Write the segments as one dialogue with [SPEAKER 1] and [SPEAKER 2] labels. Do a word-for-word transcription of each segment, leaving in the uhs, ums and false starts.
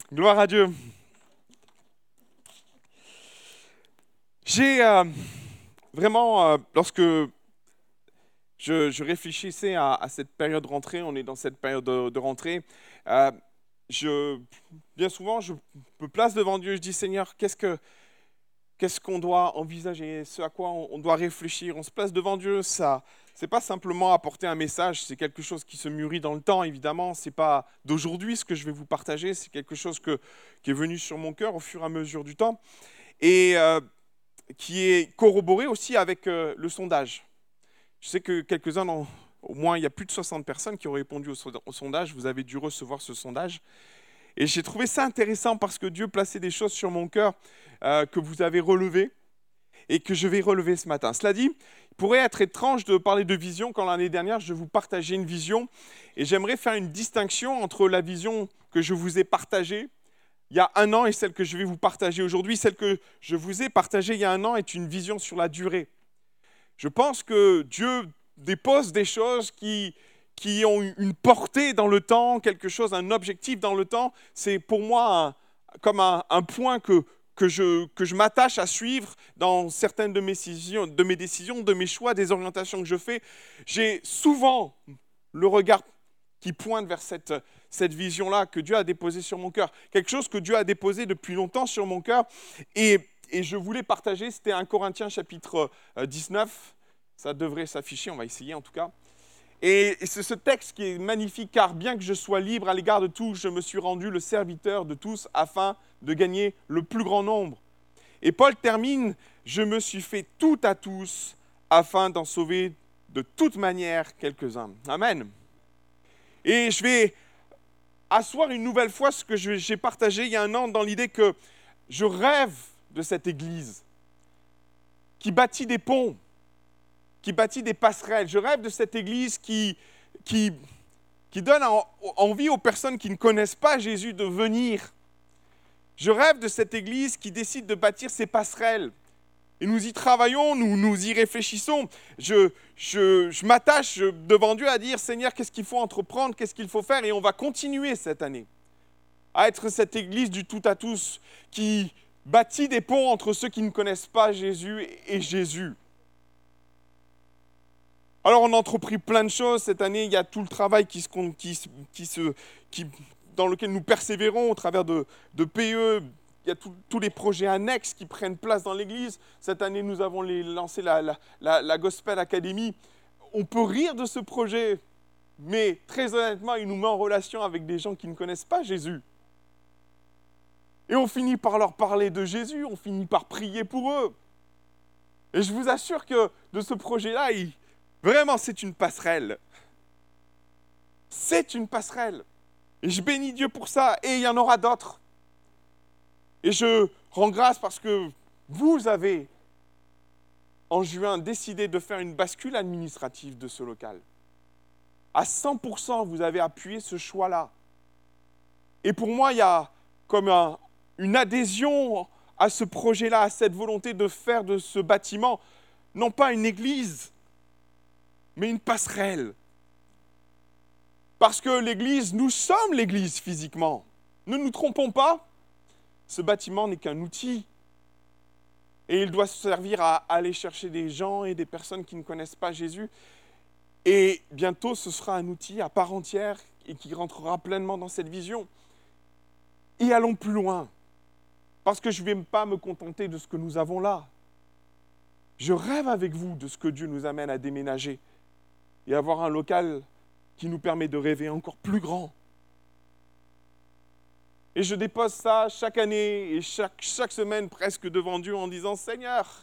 [SPEAKER 1] Gloire à Dieu. J'ai euh, vraiment, euh, lorsque je, je réfléchissais à, à cette période de rentrée, on est dans cette période de, de rentrée, euh, je, bien souvent, je me place devant Dieu, je dis Seigneur, qu'est-ce que, qu'est-ce qu'on doit envisager, ce à quoi on, on doit réfléchir. On se place devant Dieu, ça, c'est pas simplement apporter un message, c'est quelque chose qui se mûrit dans le temps, évidemment. C'est pas d'aujourd'hui ce que je vais vous partager, c'est quelque chose que, qui est venu sur mon cœur au fur et à mesure du temps et euh, qui est corroboré aussi avec euh, le sondage. Je sais que quelques-uns, ont, au moins il y a plus de soixante personnes qui ont répondu au, au sondage. Vous avez dû recevoir ce sondage. Et j'ai trouvé ça intéressant parce que Dieu plaçait des choses sur mon cœur euh, que vous avez relevées et que je vais relever ce matin. Cela dit, il pourrait être étrange de parler de vision quand l'année dernière, je vous partageais une vision. Et j'aimerais faire une distinction entre la vision que je vous ai partagée il y a un an et celle que je vais vous partager aujourd'hui. Celle que je vous ai partagée il y a un an est une vision sur la durée. Je pense que Dieu dépose des choses qui, qui ont une portée dans le temps, quelque chose, un objectif dans le temps. C'est pour moi un, comme un, un point que, que je, que je m'attache à suivre dans certaines de mes, décisions, de mes décisions, de mes choix, des orientations que je fais. J'ai souvent le regard qui pointe vers cette, cette vision-là que Dieu a déposée sur mon cœur. Quelque chose que Dieu a déposé depuis longtemps sur mon cœur. Et, et je voulais partager, c'était un Corinthiens chapitre dix-neuf. Ça devrait s'afficher, on va essayer en tout cas. Et, et c'est ce texte qui est magnifique, car bien que je sois libre à l'égard de tous, je me suis rendu le serviteur de tous afin de gagner le plus grand nombre. Et Paul termine, je me suis fait tout à tous afin d'en sauver de toute manière quelques-uns. Amen. Et je vais asseoir une nouvelle fois ce que j'ai partagé il y a un an dans l'idée que je rêve de cette Église qui bâtit des ponts, qui bâtit des passerelles. Je rêve de cette Église qui, qui, qui donne en, envie aux personnes qui ne connaissent pas Jésus de venir. Je rêve de cette Église qui décide de bâtir ces passerelles. Et nous y travaillons, nous, nous y réfléchissons. Je, je, je m'attache devant Dieu à dire, Seigneur, qu'est-ce qu'il faut entreprendre, qu'est-ce qu'il faut faire? Et on va continuer cette année à être cette Église du tout à tous qui bâtit des ponts entre ceux qui ne connaissent pas Jésus et Jésus. Alors on a entrepris plein de choses cette année. Il y a tout le travail qui se, qui, qui se, qui, dans lequel nous persévérons au travers de, de P E. Il y a tous les projets annexes qui prennent place dans l'Église. Cette année, nous avons les, lancé la, la, la, la Gospel Academy. On peut rire de ce projet, mais très honnêtement, il nous met en relation avec des gens qui ne connaissent pas Jésus. Et on finit par leur parler de Jésus, on finit par prier pour eux. Et je vous assure que de ce projet-là, il, vraiment, c'est une passerelle. C'est une passerelle. Et je bénis Dieu pour ça, et il y en aura d'autres. Et je rends grâce parce que vous avez, en juin, décidé de faire une bascule administrative de ce local. À cent pour cent, vous avez appuyé ce choix-là. Et pour moi, il y a comme un, une adhésion à ce projet-là, à cette volonté de faire de ce bâtiment, non pas une église, mais une passerelle. Parce que l'église, nous sommes l'église physiquement. Ne nous trompons pas. Ce bâtiment n'est qu'un outil et il doit servir à aller chercher des gens et des personnes qui ne connaissent pas Jésus. Et bientôt, ce sera un outil à part entière et qui rentrera pleinement dans cette vision. Et allons plus loin, parce que je ne vais pas me contenter de ce que nous avons là. Je rêve avec vous de ce que Dieu nous amène à déménager et avoir un local qui nous permet de rêver encore plus grand. Et je dépose ça chaque année et chaque, chaque semaine presque devant Dieu en disant « Seigneur,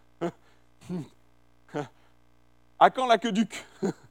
[SPEAKER 1] à quand l'aqueduc?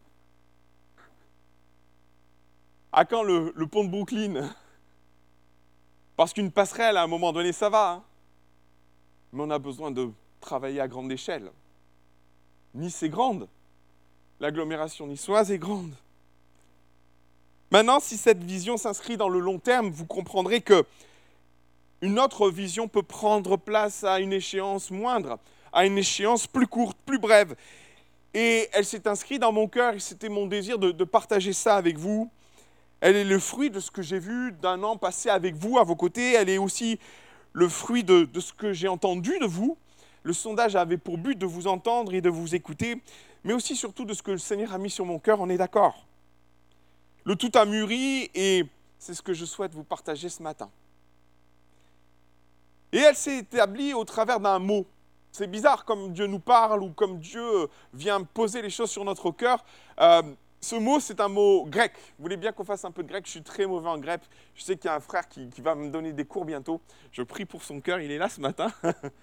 [SPEAKER 1] À quand le, le pont de Brooklyn ?» Parce qu'une passerelle, à un moment donné, ça va. Hein, mais on a besoin de travailler à grande échelle. Nice est grande. L'agglomération niçoise est grande. Maintenant, si cette vision s'inscrit dans le long terme, vous comprendrez qu'une autre vision peut prendre place à une échéance moindre, à une échéance plus courte, plus brève. Et elle s'est inscrite dans mon cœur et c'était mon désir de, de partager ça avec vous. Elle est le fruit de ce que j'ai vu d'un an passé avec vous, à vos côtés. Elle est aussi le fruit de, de ce que j'ai entendu de vous. Le sondage avait pour but de vous entendre et de vous écouter, mais aussi surtout de ce que le Seigneur a mis sur mon cœur, on est d'accord. Le tout a mûri et c'est ce que je souhaite vous partager ce matin. Et elle s'est établie au travers d'un mot. C'est bizarre comme Dieu nous parle ou comme Dieu vient poser les choses sur notre cœur. Euh, ce mot, c'est un mot grec. Vous voulez bien qu'on fasse un peu de grec? Je suis très mauvais en grec. Je sais qu'il y a un frère qui, qui va me donner des cours bientôt. Je prie pour son cœur, il est là ce matin.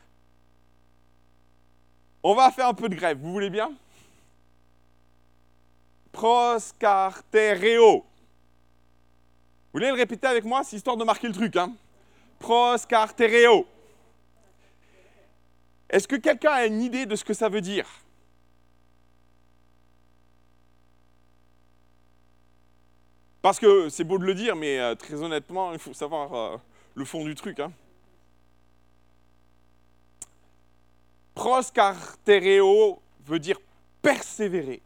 [SPEAKER 1] On va faire un peu de grec, vous voulez bien? Proskartereo. Vous voulez le répéter avec moi? C'est histoire de marquer le truc. Hein? Proskartereo. Est-ce que quelqu'un a une idée de ce que ça veut dire? Parce que c'est beau de le dire, mais euh, très honnêtement, il faut savoir euh, le fond du truc. Hein. Proskartereo veut dire persévérer.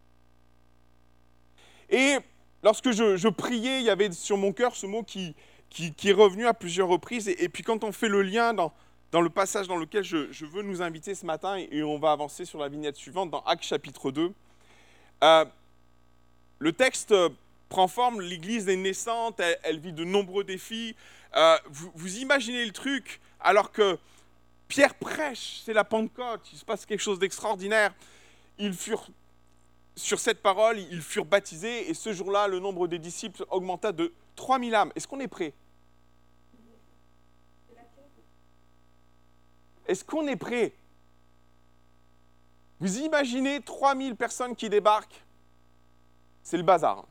[SPEAKER 1] Et lorsque je, je priais, il y avait sur mon cœur ce mot qui, qui, qui est revenu à plusieurs reprises. Et, et puis quand on fait le lien dans, dans le passage dans lequel je, je veux nous inviter ce matin, et, et on va avancer sur la vignette suivante, dans Actes chapitre deux, euh, le texte prend forme, l'Église est naissante, elle, elle vit de nombreux défis. Euh, vous, vous imaginez le truc, alors que Pierre prêche, c'est la Pentecôte, il se passe quelque chose d'extraordinaire. Ils furent, sur cette parole, ils furent baptisés, et ce jour-là, le nombre des disciples augmenta de trois mille âmes. Est-ce qu'on est prêt? Est-ce qu'on est prêt? Vous imaginez trois mille personnes qui débarquent? C'est le bazar.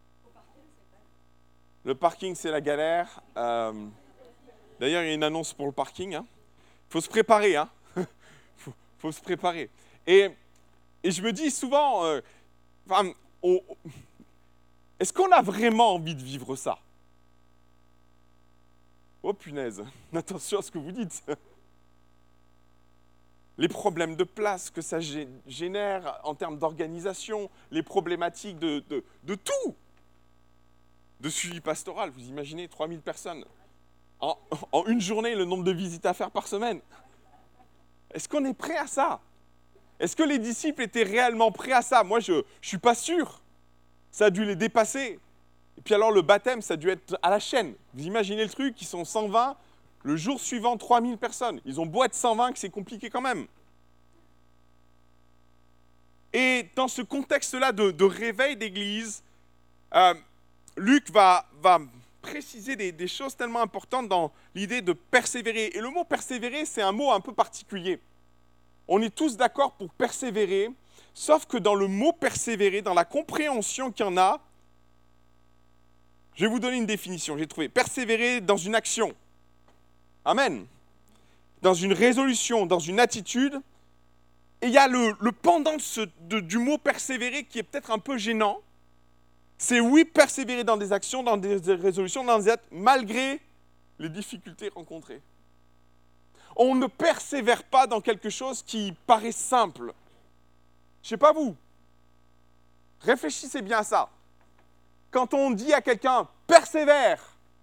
[SPEAKER 1] Le parking, c'est la galère. Euh, d'ailleurs, il y a une annonce pour le parking. Hein. Faut se préparer, hein. faut, faut se préparer. Et, et je me dis souvent, euh, enfin, on, est-ce qu'on a vraiment envie de vivre ça? Oh punaise, attention à ce que vous dites. Les problèmes de place que ça génère en termes d'organisation, les problématiques de, de, de tout, de suivi pastoral. Vous imaginez, trois mille personnes. En, en une journée, le nombre de visites à faire par semaine. Est-ce qu'on est prêt à ça? Est-ce que les disciples étaient réellement prêts à ça? Moi, je ne suis pas sûr. Ça a dû les dépasser. Et puis alors, le baptême, ça a dû être à la chaîne. Vous imaginez le truc, ils sont cent vingt, le jour suivant, trois mille personnes. Ils ont beau être cent vingt, que c'est compliqué quand même. Et dans ce contexte-là de, de réveil d'église, euh, Luc va... va préciser des, des choses tellement importantes dans l'idée de persévérer. Et le mot persévérer, c'est un mot un peu particulier. On est tous d'accord pour persévérer, sauf que dans le mot persévérer, dans la compréhension qu'il y en a, je vais vous donner une définition. J'ai trouvé persévérer dans une action. Amen. Dans une résolution, dans une attitude. Et il y a le, le pendant de ce, de, du mot persévérer qui est peut-être un peu gênant. C'est oui, persévérer dans des actions, dans des résolutions, dans des actes, malgré les difficultés rencontrées. On ne persévère pas dans quelque chose qui paraît simple. Je ne sais pas vous. Réfléchissez bien à ça. Quand on dit à quelqu'un « persévère »,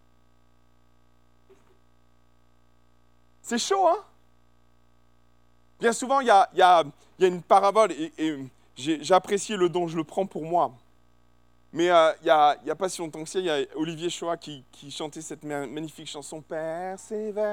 [SPEAKER 1] c'est chaud, hein? Bien souvent, il y a, y a, y a une parabole, et, et j'ai, j'ai apprécié le don, je le prends pour moi. Mais il euh, n'y a, a pas si longtemps que ça, il y a Olivier Choa qui, qui chantait cette magnifique chanson « Persévère ».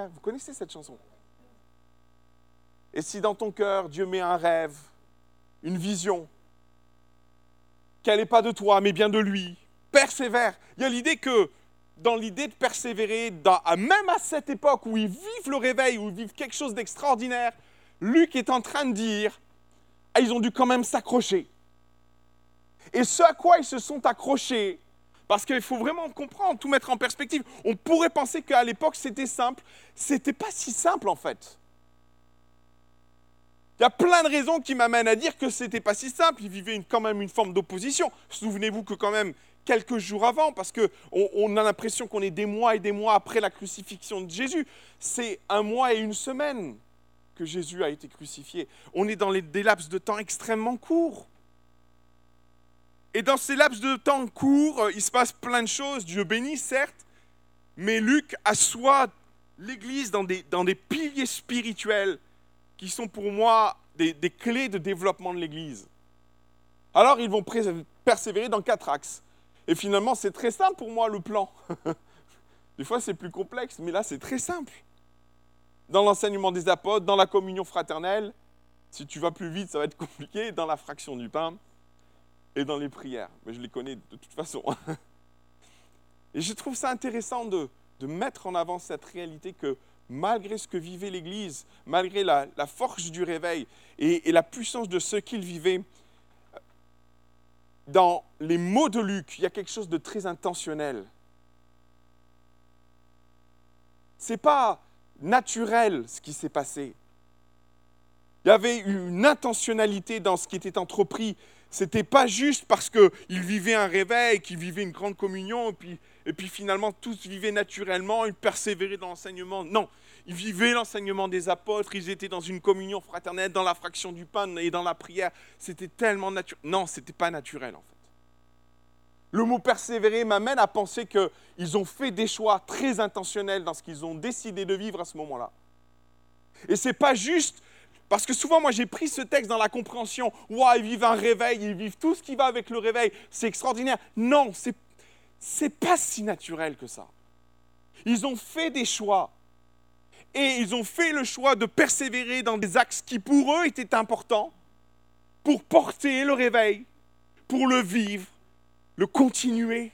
[SPEAKER 1] Vous connaissez cette chanson? Et si dans ton cœur, Dieu met un rêve, une vision, qu'elle n'est pas de toi, mais bien de lui, persévère. Il y a l'idée que, dans l'idée de persévérer, dans, même à cette époque où ils vivent le réveil, où ils vivent quelque chose d'extraordinaire, Luc est en train de dire ah, ils ont dû quand même s'accrocher. Et ce à quoi ils se sont accrochés, parce qu'il faut vraiment comprendre, tout mettre en perspective. On pourrait penser qu'à l'époque, c'était simple. C'était pas si simple, en fait. Il y a plein de raisons qui m'amènent à dire que c'était pas si simple. Ils vivaient une, quand même une forme d'opposition. Souvenez-vous que quand même, quelques jours avant, parce qu'on on a l'impression qu'on est des mois et des mois après la crucifixion de Jésus. C'est un mois et une semaine que Jésus a été crucifié. On est dans les, des laps de temps extrêmement courts. Et dans ces laps de temps courts, il se passe plein de choses, Dieu bénit certes, mais Luc assoit l'Église dans des, dans des piliers spirituels qui sont pour moi des, des clés de développement de l'Église. Alors ils vont pré- persévérer dans quatre axes. Et finalement, c'est très simple pour moi le plan. Des fois, c'est plus complexe, mais là, c'est très simple. Dans l'enseignement des apôtres, dans la communion fraternelle, si tu vas plus vite, ça va être compliqué, dans la fraction du pain et dans les prières. Mais je les connais de toute façon. Et je trouve ça intéressant de, de mettre en avant cette réalité que malgré ce que vivait l'Église, malgré la, la force du réveil et, et la puissance de ce qu'il vivait, dans les mots de Luc, il y a quelque chose de très intentionnel. Ce n'est pas naturel ce qui s'est passé. Il y avait une intentionnalité dans ce qui était entrepris. Ce n'était pas juste parce qu'ils vivaient un réveil, qu'ils vivaient une grande communion, et puis, et puis finalement tous vivaient naturellement, ils persévéraient dans l'enseignement. Non, ils vivaient l'enseignement des apôtres, ils étaient dans une communion fraternelle, dans la fraction du pain et dans la prière. C'était tellement naturel. Non, ce n'était pas naturel en fait. Le mot persévérer m'amène à penser qu'ils ont fait des choix très intentionnels dans ce qu'ils ont décidé de vivre à ce moment-là. Et ce n'est pas juste, parce que souvent moi j'ai pris ce texte dans la compréhension, wow, ils vivent un réveil, ils vivent tout ce qui va avec le réveil, c'est extraordinaire. Non, ce n'est pas si naturel que ça. Ils ont fait des choix. Et ils ont fait le choix de persévérer dans des axes qui pour eux étaient importants, pour porter le réveil, pour le vivre, le continuer.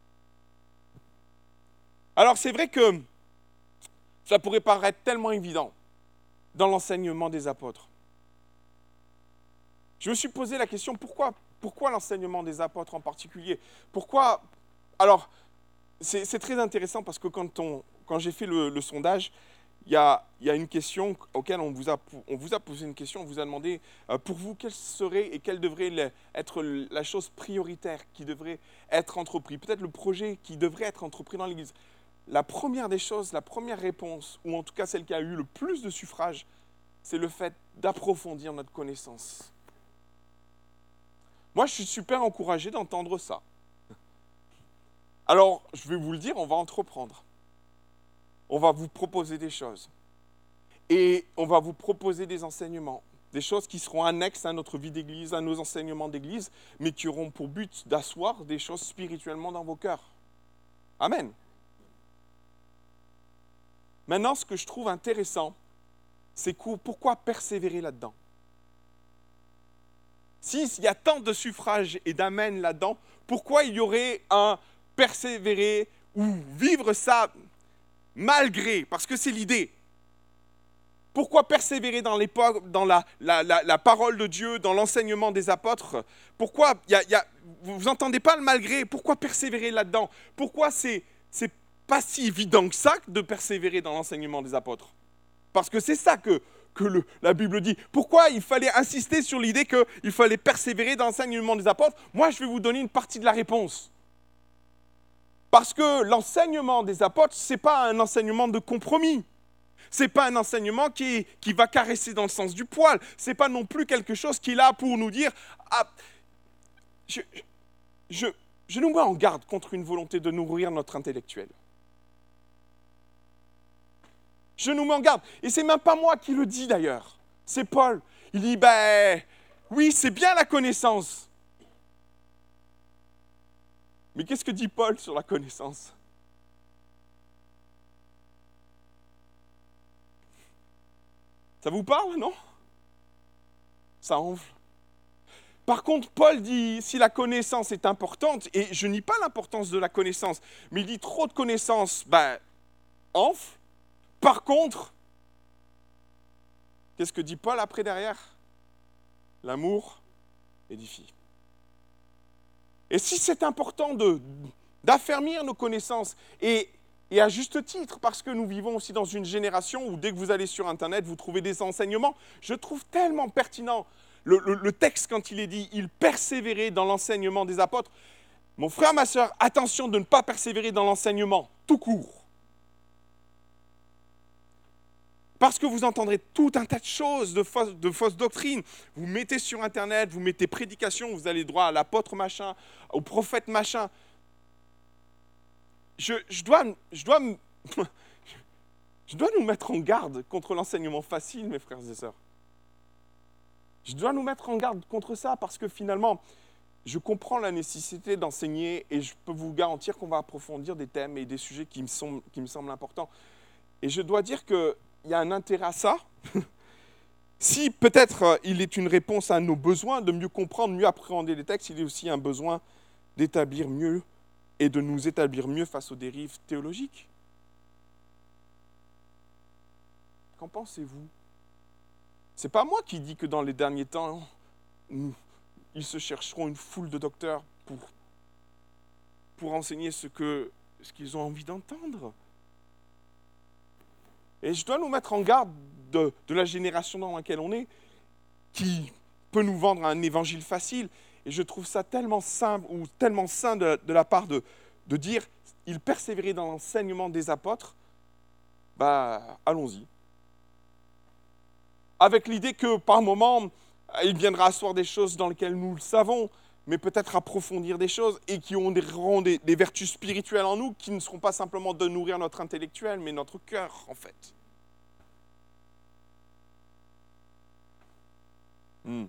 [SPEAKER 1] Alors c'est vrai que ça pourrait paraître tellement évident dans l'enseignement des apôtres. Je me suis posé la question, pourquoi, pourquoi l'enseignement des apôtres en particulier? Pourquoi? Alors, c'est, c'est très intéressant parce que quand, on, quand j'ai fait le, le sondage, il y a, il y a une question auquel on vous, a, on vous a posé une question, on vous a demandé, euh, pour vous, quelle serait et quelle devrait être la chose prioritaire qui devrait être entreprise, peut-être le projet qui devrait être entrepris dans l'Église. La première des choses, la première réponse, ou en tout cas celle qui a eu le plus de suffrages, c'est le fait d'approfondir notre connaissance. Moi, je suis super encouragé d'entendre ça. Alors, je vais vous le dire, on va entreprendre. On va vous proposer des choses. Et on va vous proposer des enseignements. Des choses qui seront annexes à notre vie d'église, à nos enseignements d'église, mais qui auront pour but d'asseoir des choses spirituellement dans vos cœurs. Amen. Maintenant, ce que je trouve intéressant, c'est pourquoi persévérer là-dedans. S'il y a tant de suffrages et d'amen là-dedans, pourquoi il y aurait un persévérer ou vivre ça malgré, parce que c'est l'idée. Pourquoi persévérer dans, dans la, la, la, la parole de Dieu, dans l'enseignement des apôtres? Pourquoi y a, y a, vous n'entendez pas le malgré? Pourquoi persévérer là-dedans? Pourquoi c'est c'est pas si évident que ça de persévérer dans l'enseignement des apôtres? Parce que c'est ça que, que le, la Bible dit. Pourquoi il fallait insister sur l'idée qu'il fallait persévérer dans l'enseignement des apôtres? Moi, je vais vous donner une partie de la réponse. Parce que l'enseignement des apôtres, ce n'est pas un enseignement de compromis. Ce n'est pas un enseignement qui, qui va caresser dans le sens du poil. Ce n'est pas non plus quelque chose qui est là pour nous dire ah, je, je, je nous mets en garde contre une volonté de nourrir notre intellectuel. Je nous mets en garde. Et ce n'est même pas moi qui le dis d'ailleurs. C'est Paul. Il dit, ben oui, c'est bien la connaissance. Mais qu'est-ce que dit Paul sur la connaissance? Ça vous parle, non? Ça enfle. Par contre, Paul dit, si la connaissance est importante, et je nie pas l'importance de la connaissance, mais il dit trop de connaissance, ben, enfle. Par contre, qu'est-ce que dit Paul après derrière? L'amour édifie. Et si c'est important de, d'affermir nos connaissances, et, et à juste titre, parce que nous vivons aussi dans une génération où dès que vous allez sur Internet, vous trouvez des enseignements, je trouve tellement pertinent le, le, le texte quand il est dit « il persévérait dans l'enseignement des apôtres ». Mon frère, ma sœur, attention de ne pas persévérer dans l'enseignement, tout court. Parce que vous entendrez tout un tas de choses, de fausses, de fausses doctrines. Vous mettez sur Internet, vous mettez prédication, vous allez droit à l'apôtre machin, au prophète machin. Je, je, dois, je, dois, je dois nous mettre en garde contre l'enseignement facile, mes frères et sœurs. Je dois nous mettre en garde contre ça parce que finalement, je comprends la nécessité d'enseigner et je peux vous garantir qu'on va approfondir des thèmes et des sujets qui me, sont, qui me semblent importants. Et je dois dire qu'il y a un intérêt à ça. Si peut-être euh, il est une réponse à nos besoins de mieux comprendre, mieux appréhender les textes, il est aussi un besoin d'établir mieux et de nous établir mieux face aux dérives théologiques. Qu'en pensez-vous? Ce n'est pas moi qui dis que dans les derniers temps, nous, ils se chercheront une foule de docteurs pour, pour enseigner ce, que, ce qu'ils ont envie d'entendre. Et je dois nous mettre en garde de, de la génération dans laquelle on est, qui peut nous vendre un évangile facile. Et je trouve ça tellement simple ou tellement sain de, de la part de, de dire « il persévérait dans l'enseignement des apôtres », bah allons-y. Avec l'idée que par moment, il viendra asseoir des choses dans lesquelles nous le savons, mais peut-être approfondir des choses et qui auront des, des vertus spirituelles en nous, qui ne seront pas simplement de nourrir notre intellectuel, mais notre cœur, en fait. Hmm.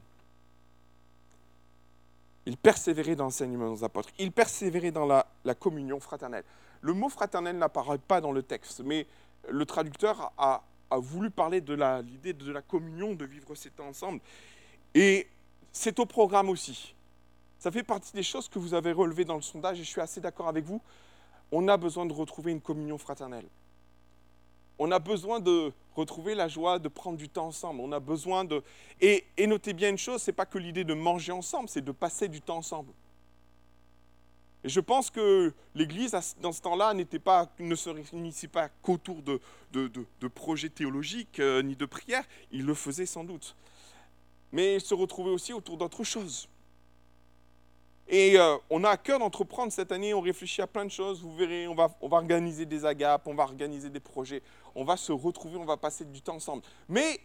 [SPEAKER 1] Il persévérait dans l'enseignement des apôtres. Il persévérait dans la, la communion fraternelle. Le mot fraternel n'apparaît pas dans le texte, mais le traducteur a, a voulu parler de la, l'idée de la communion, de vivre ces temps ensemble. Et c'est au programme aussi. Ça fait partie des choses que vous avez relevées dans le sondage et je suis assez d'accord avec vous. On a besoin de retrouver une communion fraternelle. On a besoin de retrouver la joie de prendre du temps ensemble. On a besoin de... Et, et notez bien une chose, ce n'est pas que l'idée de manger ensemble, c'est de passer du temps ensemble. Et je pense que l'Église, dans ce temps-là, n'était pas, ne se réunissait pas qu'autour de, de, de, de projets théologiques euh, ni de prières. Il le faisait sans doute. Mais se retrouver aussi autour d'autres choses. Et euh, on a à cœur d'entreprendre cette année, on réfléchit à plein de choses, vous verrez, on va, on va organiser des agapes, on va organiser des projets, on va se retrouver, on va passer du temps ensemble. Mais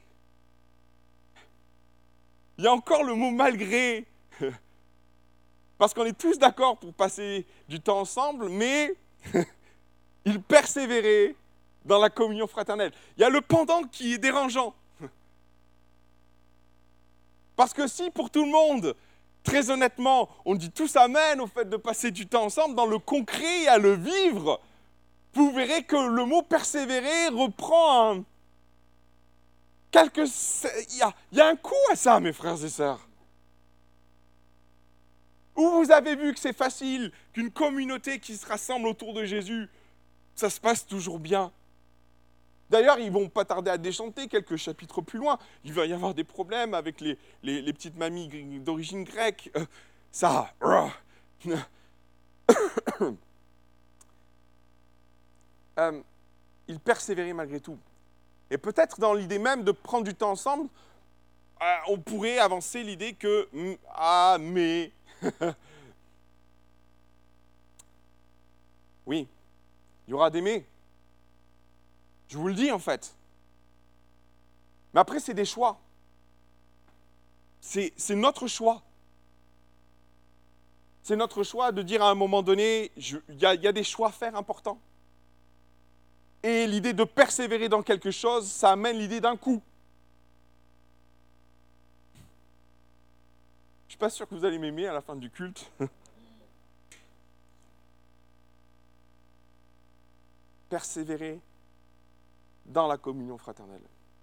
[SPEAKER 1] il y a encore le mot « malgré », parce qu'on est tous d'accord pour passer du temps ensemble, mais il persévérait dans la communion fraternelle. Il y a le pendant qui est dérangeant. Parce que si pour tout le monde, très honnêtement, on dit tous amen au fait de passer du temps ensemble, dans le concret et à le vivre, vous verrez que le mot persévérer reprend un... Quelques... Il y a, il y a un coup à ça, mes frères et sœurs. Où vous avez vu que c'est facile, qu'une communauté qui se rassemble autour de Jésus, ça se passe toujours bien. D'ailleurs, ils ne vont pas tarder à déchanter quelques chapitres plus loin. Il va y avoir des problèmes avec les, les, les petites mamies d'origine grecque. Euh, ça... euh, ils persévéraient malgré tout. Et peut-être dans l'idée même de prendre du temps ensemble, euh, on pourrait avancer l'idée que... Ah, mais... oui, il y aura des mais. Je vous le dis en fait. Mais après, c'est des choix. C'est, c'est notre choix. C'est notre choix de dire à un moment donné, il y, y a des choix à faire importants. Et l'idée de persévérer dans quelque chose, ça amène l'idée d'un coup. Je ne suis pas sûr que vous allez m'aimer à la fin du culte. Persévérer dans la communion fraternelle.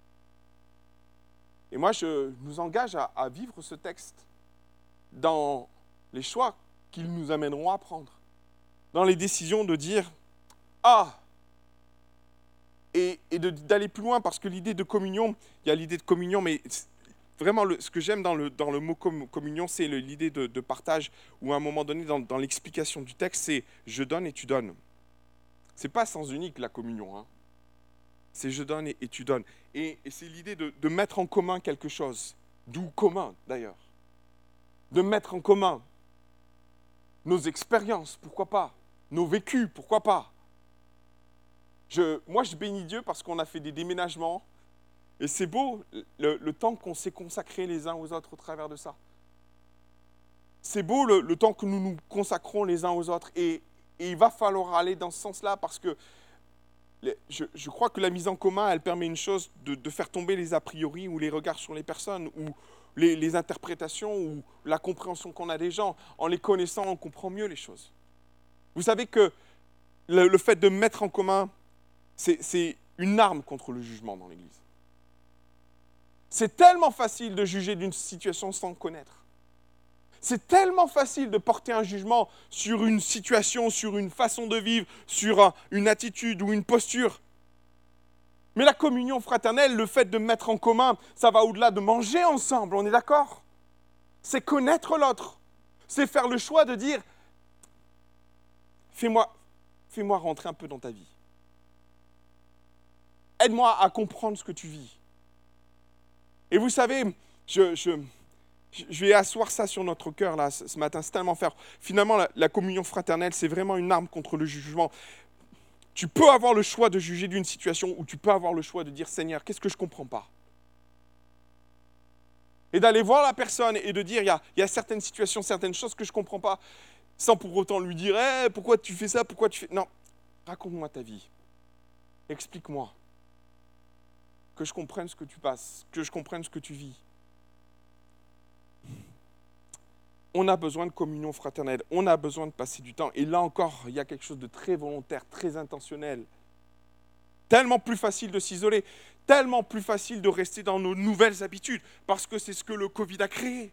[SPEAKER 1] Et moi, je nous engage à, à vivre ce texte dans les choix qu'ils nous amèneront à prendre, dans les décisions de dire « Ah !» et, et de, d'aller plus loin, parce que l'idée de communion, il y a l'idée de communion, mais vraiment, le, ce que j'aime dans le, dans le mot com, communion, c'est le, l'idée de, de partage, où à un moment donné, dans, dans l'explication du texte, c'est « je donne et tu donnes ». Ce n'est pas sens unique, la communion, hein. C'est je donne et, et tu donnes. Et, et c'est l'idée de, de mettre en commun quelque chose. D'où commun, d'ailleurs. De mettre en commun nos expériences, pourquoi pas. Nos vécus, pourquoi pas. Je, moi, je bénis Dieu parce qu'on a fait des déménagements Et c'est beau le, le temps qu'on s'est consacré les uns aux autres au travers de ça. C'est beau le, le temps que nous nous consacrons les uns aux autres. Et, et il va falloir aller dans ce sens-là parce que les, je, je crois que la mise en commun, elle permet une chose, de, de faire tomber les a priori ou les regards sur les personnes ou les, les interprétations ou la compréhension qu'on a des gens. En les connaissant, on comprend mieux les choses. Vous savez que le, le fait de mettre en commun, c'est, c'est une arme contre le jugement dans l'Église. C'est tellement facile de juger d'une situation sans connaître. C'est tellement facile de porter un jugement sur une situation, sur une façon de vivre, sur un, une attitude ou une posture. Mais la communion fraternelle, le fait de mettre en commun, ça va au-delà de manger ensemble, on est d'accord? C'est connaître l'autre. C'est faire le choix de dire, fais-moi, fais-moi rentrer un peu dans ta vie. Aide-moi à comprendre ce que tu vis. Et vous savez, je, je, je vais asseoir ça sur notre cœur là, ce, ce matin, c'est tellement fort. Finalement, la, la communion fraternelle, c'est vraiment une arme contre le jugement. Tu peux avoir le choix de juger d'une situation ou tu peux avoir le choix de dire, Seigneur, qu'est-ce que je ne comprends pas? Et d'aller voir la personne et de dire, il y a, il y a certaines situations, certaines choses que je ne comprends pas, sans pour autant lui dire, hey, pourquoi tu fais ça, pourquoi tu fais... Non, raconte-moi ta vie. Explique-moi. Que je comprenne ce que tu passes, que je comprenne ce que tu vis. On a besoin de communion fraternelle, on a besoin de passer du temps. Et là encore, il y a quelque chose de très volontaire, très intentionnel. Tellement plus facile de s'isoler, tellement plus facile de rester dans nos nouvelles habitudes, parce que c'est ce que le Covid a créé.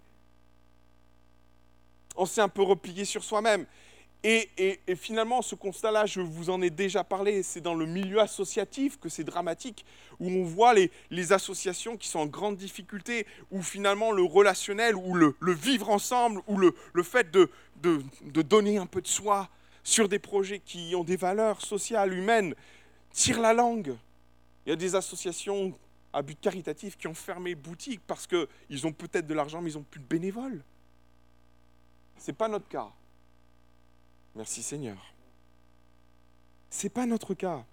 [SPEAKER 1] On s'est un peu replié sur soi-même. Et, et, et finalement, ce constat-là, je vous en ai déjà parlé, c'est dans le milieu associatif que c'est dramatique, où on voit les, les associations qui sont en grande difficulté, où finalement le relationnel, ou le, le vivre ensemble, ou le, le fait de, de, de donner un peu de soi sur des projets qui ont des valeurs sociales, humaines, tire la langue. Il y a des associations à but caritatif qui ont fermé boutique parce qu'ils ont peut-être de l'argent, mais ils n'ont plus de bénévoles. Ce n'est pas notre cas. Merci Seigneur. Ce n'est pas notre cas.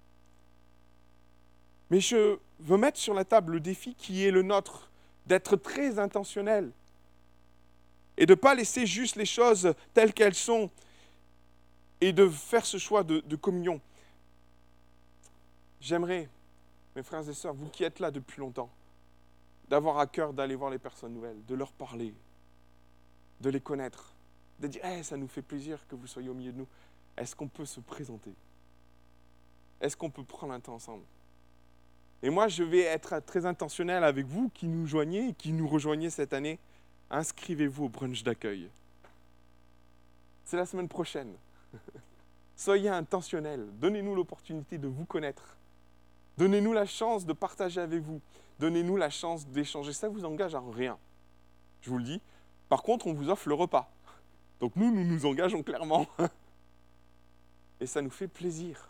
[SPEAKER 1] Mais je veux mettre sur la table le défi qui est le nôtre, d'être très intentionnel et de ne pas laisser juste les choses telles qu'elles sont et de faire ce choix de, de communion. J'aimerais, mes frères et sœurs, vous qui êtes là depuis longtemps, d'avoir à cœur d'aller voir les personnes nouvelles, de leur parler, de les connaître, de dire hey, « ça nous fait plaisir que vous soyez au milieu de nous. Est-ce qu'on peut se présenter? Est-ce qu'on peut prendre un temps ensemble ?» Et moi, je vais être très intentionnel avec vous qui nous joignez, qui nous rejoignez cette année. Inscrivez-vous au brunch d'accueil. C'est la semaine prochaine. Soyez intentionnels. Donnez-nous l'opportunité de vous connaître. Donnez-nous la chance de partager avec vous. Donnez-nous la chance d'échanger. Ça ne vous engage à rien. Je vous le dis. Par contre, on vous offre le repas. Donc nous, nous nous engageons clairement. Et ça nous fait plaisir.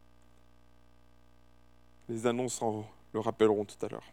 [SPEAKER 1] Les annonces en le rappelleront tout à l'heure.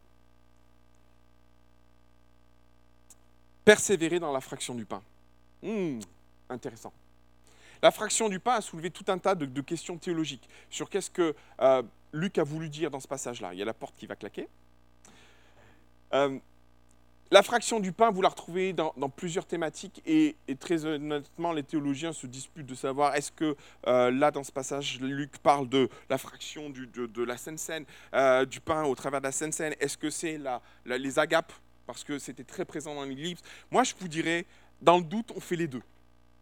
[SPEAKER 1] Persévérer dans la fraction du pain. Mmh, intéressant. La fraction du pain a soulevé tout un tas de, de questions théologiques sur qu'est-ce que euh, Luc a voulu dire dans ce passage-là. Il y a la porte qui va claquer. Euh, La fraction du pain, vous la retrouvez dans, dans plusieurs thématiques et, et très honnêtement, les théologiens se disputent de savoir est-ce que euh, là, dans ce passage, Luc parle de la fraction du, de, de la Sainte Seine, euh, du pain au travers de la Sainte Seine. Est-ce que c'est la, la, les agapes, parce que c'était très présent dans l'Église. Moi, je vous dirais, dans le doute, on fait les deux.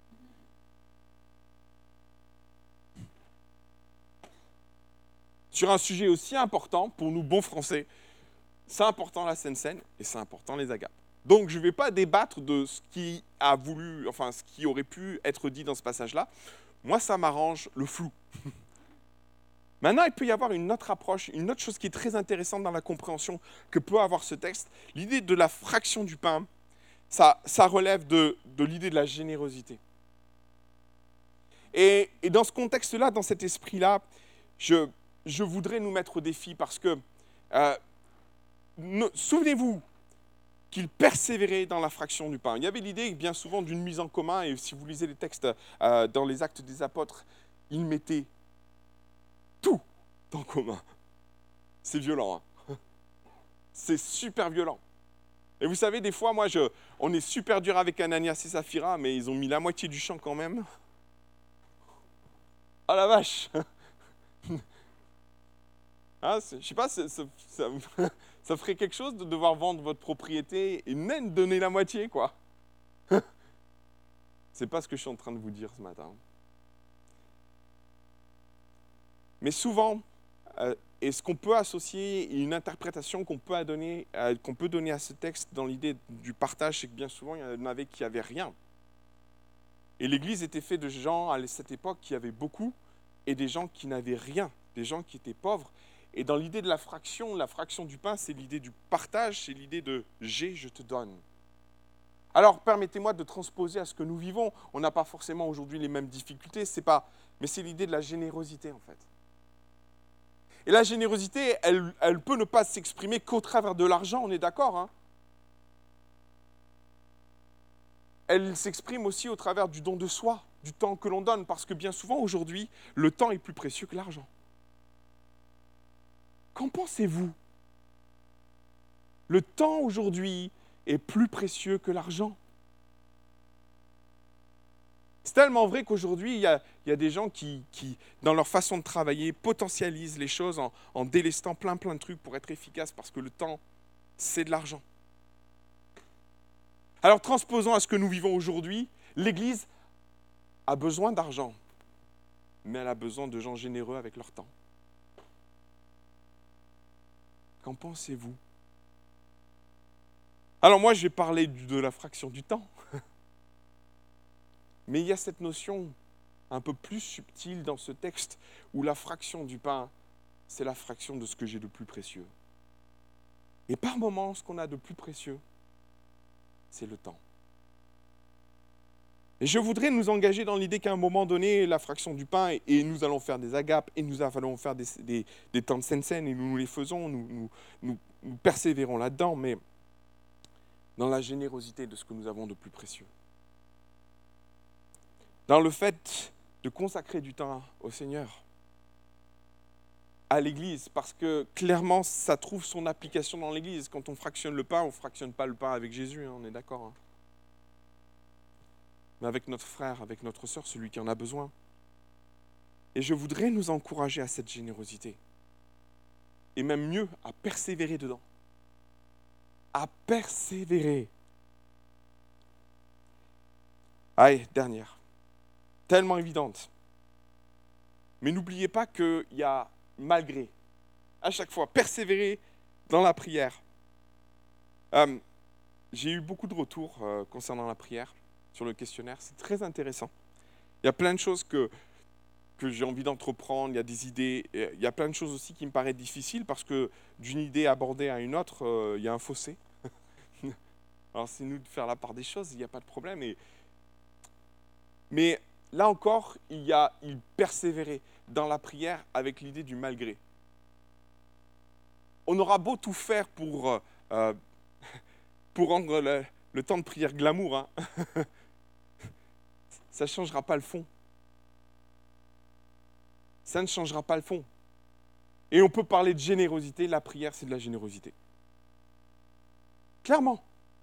[SPEAKER 1] Sur un sujet aussi important, pour nous bons Français, c'est important la Sainte Seine et c'est important les agapes. Donc je ne vais pas débattre de ce qui a voulu, enfin ce qui aurait pu être dit dans ce passage-là. Moi, ça m'arrange le flou. Maintenant, il peut y avoir une autre approche, une autre chose qui est très intéressante dans la compréhension que peut avoir ce texte. L'idée de la fraction du pain, ça, ça relève de, de l'idée de la générosité. Et, et dans ce contexte-là, dans cet esprit-là, je, je voudrais nous mettre au défi parce que euh, souvenez-vous qu'il persévérait dans la fraction du pain. Il y avait l'idée bien souvent d'une mise en commun, et si vous lisez les textes euh, dans les Actes des Apôtres, ils mettaient tout en commun. C'est violent, hein? C'est super violent. Et vous savez, des fois, moi, je, on est super dur avec Ananias et Saphira, mais ils ont mis la moitié du champ quand même. Ah la vache. Hein, je sais pas, ça, ça, ça, ça ferait quelque chose de devoir vendre votre propriété et même donner la moitié, quoi. C'est pas ce que je suis en train de vous dire ce matin. Mais souvent, euh, et ce qu'on peut associer, une interprétation qu'on peut, donner, euh, qu'on peut donner à ce texte dans l'idée du partage, c'est que bien souvent, il y en avait qui n'avaient rien. Et l'Église était faite de gens à cette époque qui avaient beaucoup et des gens qui n'avaient rien, des gens qui étaient pauvres. Et dans l'idée de la fraction, la fraction du pain, c'est l'idée du partage, c'est l'idée de « j'ai, je te donne ». Alors, permettez-moi de transposer à ce que nous vivons. On n'a pas forcément aujourd'hui les mêmes difficultés, c'est pas, mais c'est l'idée de la générosité, en fait. Et la générosité, elle, elle peut ne pas s'exprimer qu'au travers de l'argent, on est d'accord, hein? Elle s'exprime aussi au travers du don de soi, du temps que l'on donne, parce que bien souvent, aujourd'hui, le temps est plus précieux que l'argent. Qu'en pensez-vous? Le temps aujourd'hui est plus précieux que l'argent. C'est tellement vrai qu'aujourd'hui, il y a, il y a des gens qui, qui, dans leur façon de travailler, potentialisent les choses en, en délestant plein plein de trucs pour être efficaces, parce que le temps, c'est de l'argent. Alors transposons à ce que nous vivons aujourd'hui, l'Église a besoin d'argent, mais elle a besoin de gens généreux avec leur temps. Qu'en pensez-vous? Alors moi, je vais parler de la fraction du temps. Mais il y a cette notion un peu plus subtile dans ce texte où la fraction du pain, c'est la fraction de ce que j'ai de plus précieux. Et par moments, ce qu'on a de plus précieux, c'est le temps. Et je voudrais nous engager dans l'idée qu'à un moment donné, la fraction du pain, et, et nous allons faire des agapes, et nous allons faire des, des, des temps de scène-scène, et nous, nous les faisons, nous, nous, nous, nous persévérons là-dedans, mais dans la générosité de ce que nous avons de plus précieux. Dans le fait de consacrer du temps au Seigneur, à l'Église, parce que clairement, ça trouve son application dans l'Église. Quand on fractionne le pain, on ne fractionne pas le pain avec Jésus, hein, on est d'accord, hein. Mais avec notre frère, avec notre sœur, celui qui en a besoin. Et je voudrais nous encourager à cette générosité. Et même mieux, à persévérer dedans. À persévérer. Allez, dernière. Tellement évidente. Mais n'oubliez pas qu'il y a malgré, à chaque fois, persévérer dans la prière. Euh, j'ai eu beaucoup de retours euh, concernant la prière sur le questionnaire. C'est très intéressant. Il y a plein de choses que, que j'ai envie d'entreprendre, il y a des idées. Il y a plein de choses aussi qui me paraissent difficiles parce que d'une idée abordée à une autre, euh, il y a un fossé. Alors c'est nous de faire la part des choses, il n'y a pas de problème. Et... Mais là encore, il y a il persévérer dans la prière avec l'idée du malgré. On aura beau tout faire pour, euh, pour rendre le, le temps de prière glamour, hein. Ça ne changera pas le fond. Ça ne changera pas le fond. Et on peut parler de générosité, la prière c'est de la générosité. Clairement.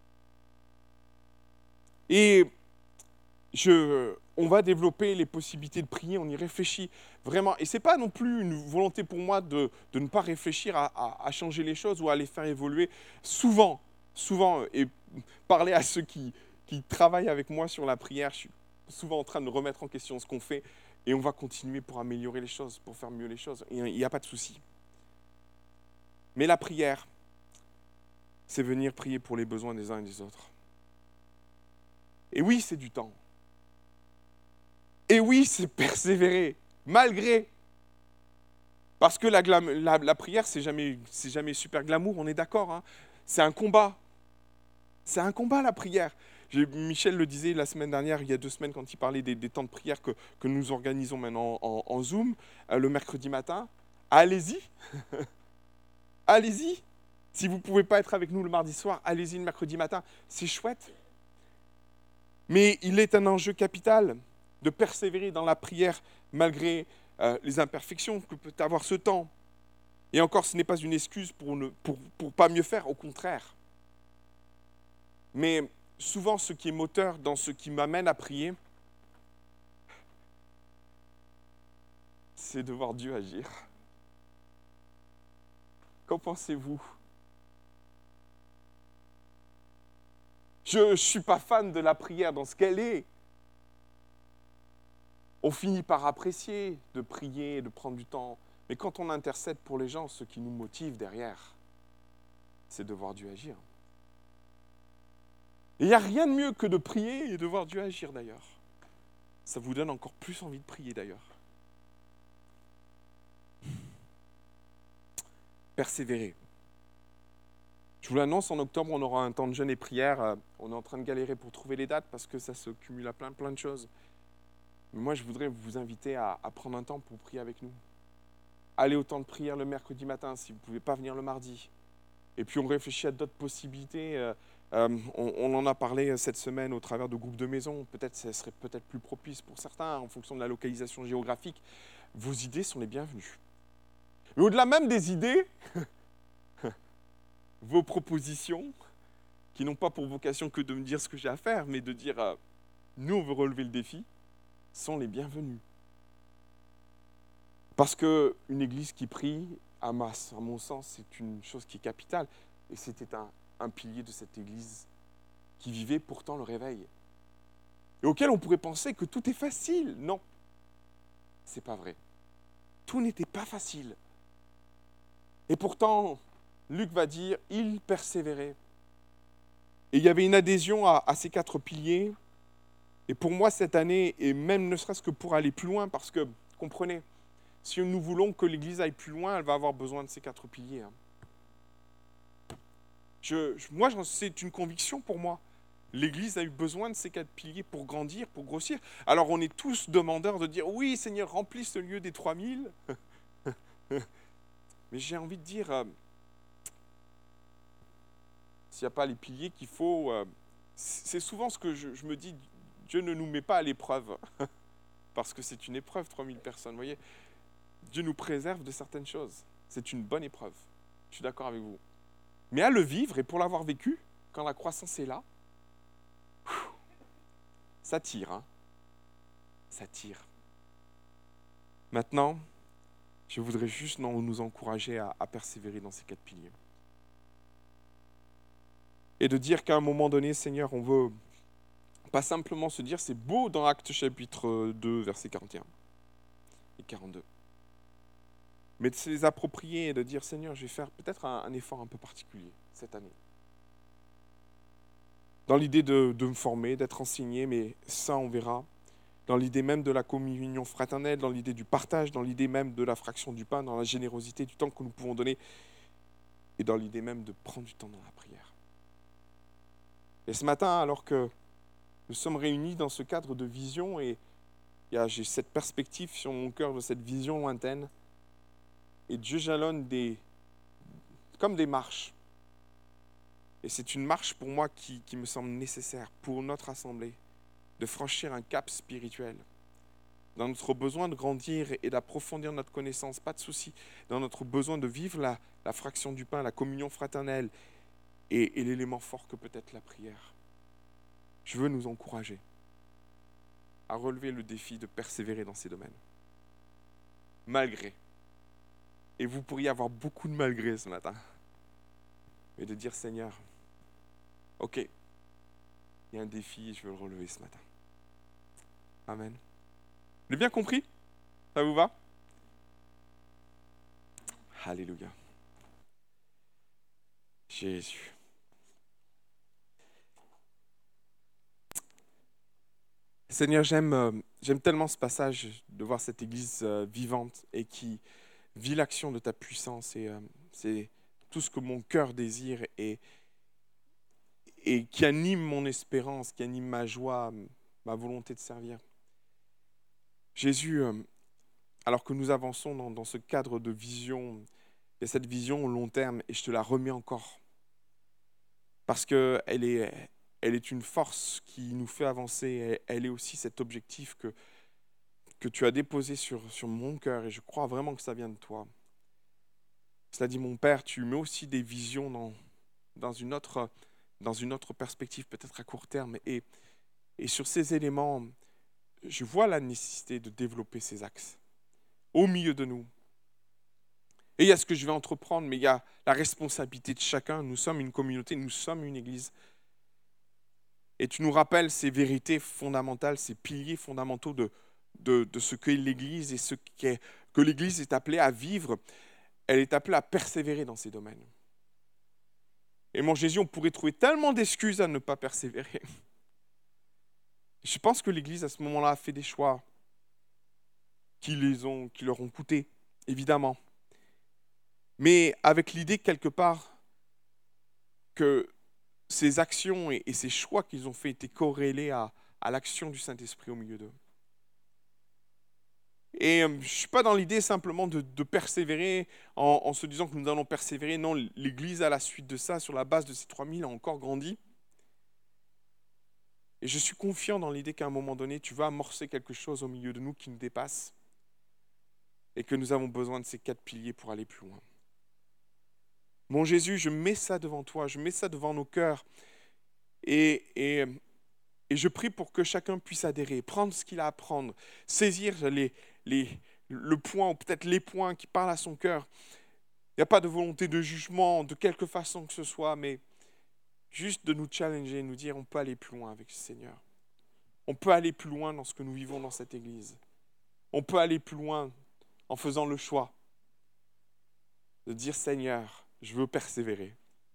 [SPEAKER 1] Et je, on va développer les possibilités de prier, on y réfléchit vraiment. Et ce n'est pas non plus une volonté pour moi de, de ne pas réfléchir à, à, à changer les choses ou à les faire évoluer. Souvent, souvent, et parler à ceux qui, qui travaillent avec moi sur la prière, je suis souvent en train de remettre en question ce qu'on fait et on va continuer pour améliorer les choses, pour faire mieux les choses. Et il n'y a pas de souci. Mais la prière, c'est venir prier pour les besoins des uns et des autres. Et oui, c'est du temps. Et oui, c'est persévérer, malgré. Parce que la, la, la prière, c'est jamais, c'est jamais super glamour, on est d'accord, hein. C'est un combat. C'est un combat, la prière. J'ai, Michel le disait la semaine dernière, il y a deux semaines, quand il parlait des, des temps de prière que, que nous organisons maintenant en, en Zoom, euh, le mercredi matin. Allez-y. Allez-y. Si vous ne pouvez pas être avec nous le mardi soir, allez-y le mercredi matin. C'est chouette. Mais il est un enjeu capital de persévérer dans la prière malgré euh, les imperfections que peut avoir ce temps. Et encore, ce n'est pas une excuse pour ne pour, pour pas mieux faire, au contraire. Mais souvent, ce qui est moteur dans ce qui m'amène à prier, c'est de voir Dieu agir. Qu'en pensez-vous? Je ne suis pas fan de la prière dans ce qu'elle est. On finit par apprécier de prier, de prendre du temps. Mais quand on intercède pour les gens, ce qui nous motive derrière, c'est de voir Dieu agir. Et il n'y a rien de mieux que de prier et de voir Dieu agir d'ailleurs. Ça vous donne encore plus envie de prier d'ailleurs. Persévérer. Je vous l'annonce, en octobre, on aura un temps de jeûne et prière. On est en train de galérer pour trouver les dates parce que ça se cumule à plein, plein de choses. Mais moi, je voudrais vous inviter à, à prendre un temps pour prier avec nous. Allez au temps de prière le mercredi matin si vous ne pouvez pas venir le mardi. Et puis on réfléchit à d'autres possibilités. Euh, euh, on, on en a parlé cette semaine au travers de groupes de maison. Peut-être ce serait peut-être plus propice pour certains en fonction de la localisation géographique. Vos idées sont les bienvenues. Mais au-delà même des idées, vos propositions, qui n'ont pas pour vocation que de me dire ce que j'ai à faire, mais de dire euh, nous on veut relever le défi, sont les bienvenues. Parce qu'une église qui prie, à, ma, à mon sens, c'est une chose qui est capitale. Et c'était un, un pilier de cette église qui vivait pourtant le réveil. Et auquel on pourrait penser que tout est facile. Non, c'est pas vrai. Tout n'était pas facile. Et pourtant, Luc va dire, il persévérait. Et il y avait une adhésion à, à ces quatre piliers. Et pour moi, cette année, et même ne serait-ce que pour aller plus loin, parce que, comprenez, si nous voulons que l'Église aille plus loin, elle va avoir besoin de ces quatre piliers. Hein. Je, je, moi, c'est une conviction pour moi. L'Église a eu besoin de ces quatre piliers pour grandir, pour grossir. Alors, on est tous demandeurs de dire, oui, Seigneur, remplis ce lieu des trois mille. Mais j'ai envie de dire, euh, s'il n'y a pas les piliers qu'il faut, euh, c'est souvent ce que je, je me dis, Dieu ne nous met pas à l'épreuve. Parce que c'est une épreuve, trois mille personnes, vous voyez. Dieu nous préserve de certaines choses. C'est une bonne épreuve. Je suis d'accord avec vous. Mais à le vivre et pour l'avoir vécu, quand la croissance est là, ça tire. Hein. Ça tire. Maintenant, je voudrais juste nous encourager à, à persévérer dans ces quatre piliers. Et de dire qu'à un moment donné, Seigneur, on veut pas simplement se dire, c'est beau dans Actes chapitre deux, versets quarante et un et quarante-deux. Mais de se les approprier et de dire, Seigneur, je vais faire peut-être un, un effort un peu particulier cette année. Dans l'idée de, de me former, d'être enseigné, mais ça, on verra. Dans l'idée même de la communion fraternelle, dans l'idée du partage, dans l'idée même de la fraction du pain, dans la générosité du temps que nous pouvons donner, et dans l'idée même de prendre du temps dans la prière. Et ce matin, alors que nous sommes réunis dans ce cadre de vision, et j'ai cette perspective sur mon cœur de cette vision lointaine, et Dieu jalonne des, comme des marches. Et c'est une marche pour moi qui, qui me semble nécessaire pour notre assemblée, de franchir un cap spirituel. Dans notre besoin de grandir et d'approfondir notre connaissance, pas de souci. Dans notre besoin de vivre la, la fraction du pain, la communion fraternelle et, et l'élément fort que peut être la prière. Je veux nous encourager à relever le défi de persévérer dans ces domaines. Malgré. Et vous pourriez avoir beaucoup de malgré ce matin. Mais de dire, Seigneur, ok, il y a un défi et je veux le relever ce matin. Amen. Vous l'avez bien compris? Ça vous va? Alléluia. Jésus. Seigneur, j'aime, euh, j'aime tellement ce passage de voir cette église euh, vivante et qui vit l'action de ta puissance. Et euh, c'est tout ce que mon cœur désire et, et qui anime mon espérance, qui anime ma joie, ma volonté de servir. Jésus, euh, alors que nous avançons dans, dans ce cadre de vision, il y a cette vision au long terme et je te la remets encore. Parce qu'elle est, elle est une force qui nous fait avancer. Elle est aussi cet objectif que, que tu as déposé sur, sur mon cœur et je crois vraiment que ça vient de toi. Cela dit, mon Père, tu mets aussi des visions dans, dans, une, autre, dans une autre perspective, peut-être à court terme. Et, et sur ces éléments, je vois la nécessité de développer ces axes au milieu de nous. Et il y a ce que je vais entreprendre, mais il y a la responsabilité de chacun. Nous sommes une communauté, nous sommes une église. Et tu nous rappelles ces vérités fondamentales, ces piliers fondamentaux de, de, de ce qu'est l'Église et ce qu'est, que l'Église est appelée à vivre. Elle est appelée à persévérer dans ces domaines. Et mon Jésus, on pourrait trouver tellement d'excuses à ne pas persévérer. Je pense que l'Église, à ce moment-là, a fait des choix qui, les ont, qui leur ont coûté, évidemment. Mais avec l'idée, quelque part, que ces actions et, et ces choix qu'ils ont faits étaient corrélés à, à l'action du Saint-Esprit au milieu d'eux. Et euh, je ne suis pas dans l'idée simplement de, de persévérer en, en se disant que nous allons persévérer. Non, l'Église, à la suite de ça, sur la base de ces trois mille, a encore grandi. Et je suis confiant dans l'idée qu'à un moment donné, tu vas amorcer quelque chose au milieu de nous qui nous dépasse et que nous avons besoin de ces quatre piliers pour aller plus loin. Mon Jésus, je mets ça devant toi, je mets ça devant nos cœurs et, et, et je prie pour que chacun puisse adhérer, prendre ce qu'il a à prendre, saisir les, les, le point ou peut-être les points qui parlent à son cœur. Il n'y a pas de volonté de jugement de quelque façon que ce soit, mais juste de nous challenger, nous dire on peut aller plus loin avec le Seigneur. On peut aller plus loin dans ce que nous vivons dans cette Église. On peut aller plus loin en faisant le choix de dire Seigneur, je veux persévérer.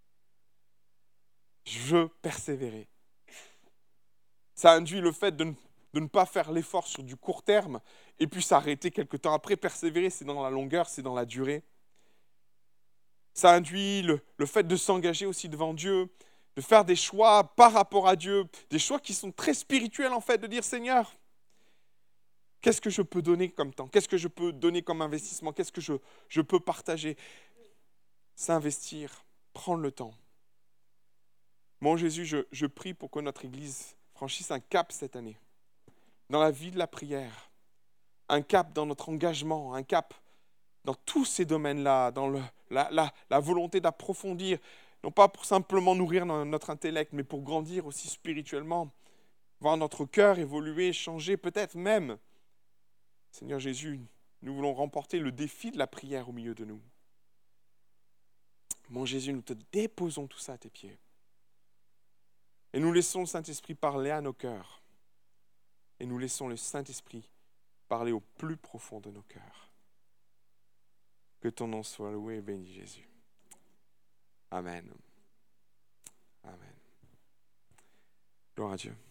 [SPEAKER 1] Je veux persévérer. Ça induit le fait de ne, de ne pas faire l'effort sur du court terme et puis s'arrêter quelque temps après. Persévérer, c'est dans la longueur, c'est dans la durée. Ça induit le, le fait de s'engager aussi devant Dieu, de faire des choix par rapport à Dieu, des choix qui sont très spirituels en fait, de dire Seigneur, qu'est-ce que je peux donner comme temps? Qu'est-ce que je peux donner comme investissement? Qu'est-ce que je, je peux partager? S'investir, prendre le temps. Mon Jésus, je, je prie pour que notre Église franchisse un cap cette année, dans la vie de la prière, un cap dans notre engagement, un cap dans tous ces domaines-là, dans le, la, la, la volonté d'approfondir, non pas pour simplement nourrir notre intellect, mais pour grandir aussi spirituellement, voir notre cœur évoluer, changer, peut-être même. Seigneur Jésus, nous voulons remporter le défi de la prière au milieu de nous. Mon Jésus, nous te déposons tout ça à tes pieds. Et nous laissons le Saint-Esprit parler à nos cœurs. Et nous laissons le Saint-Esprit parler au plus profond de nos cœurs. Que ton nom soit loué et béni, Jésus. Amen. Amen. Gloire à Dieu.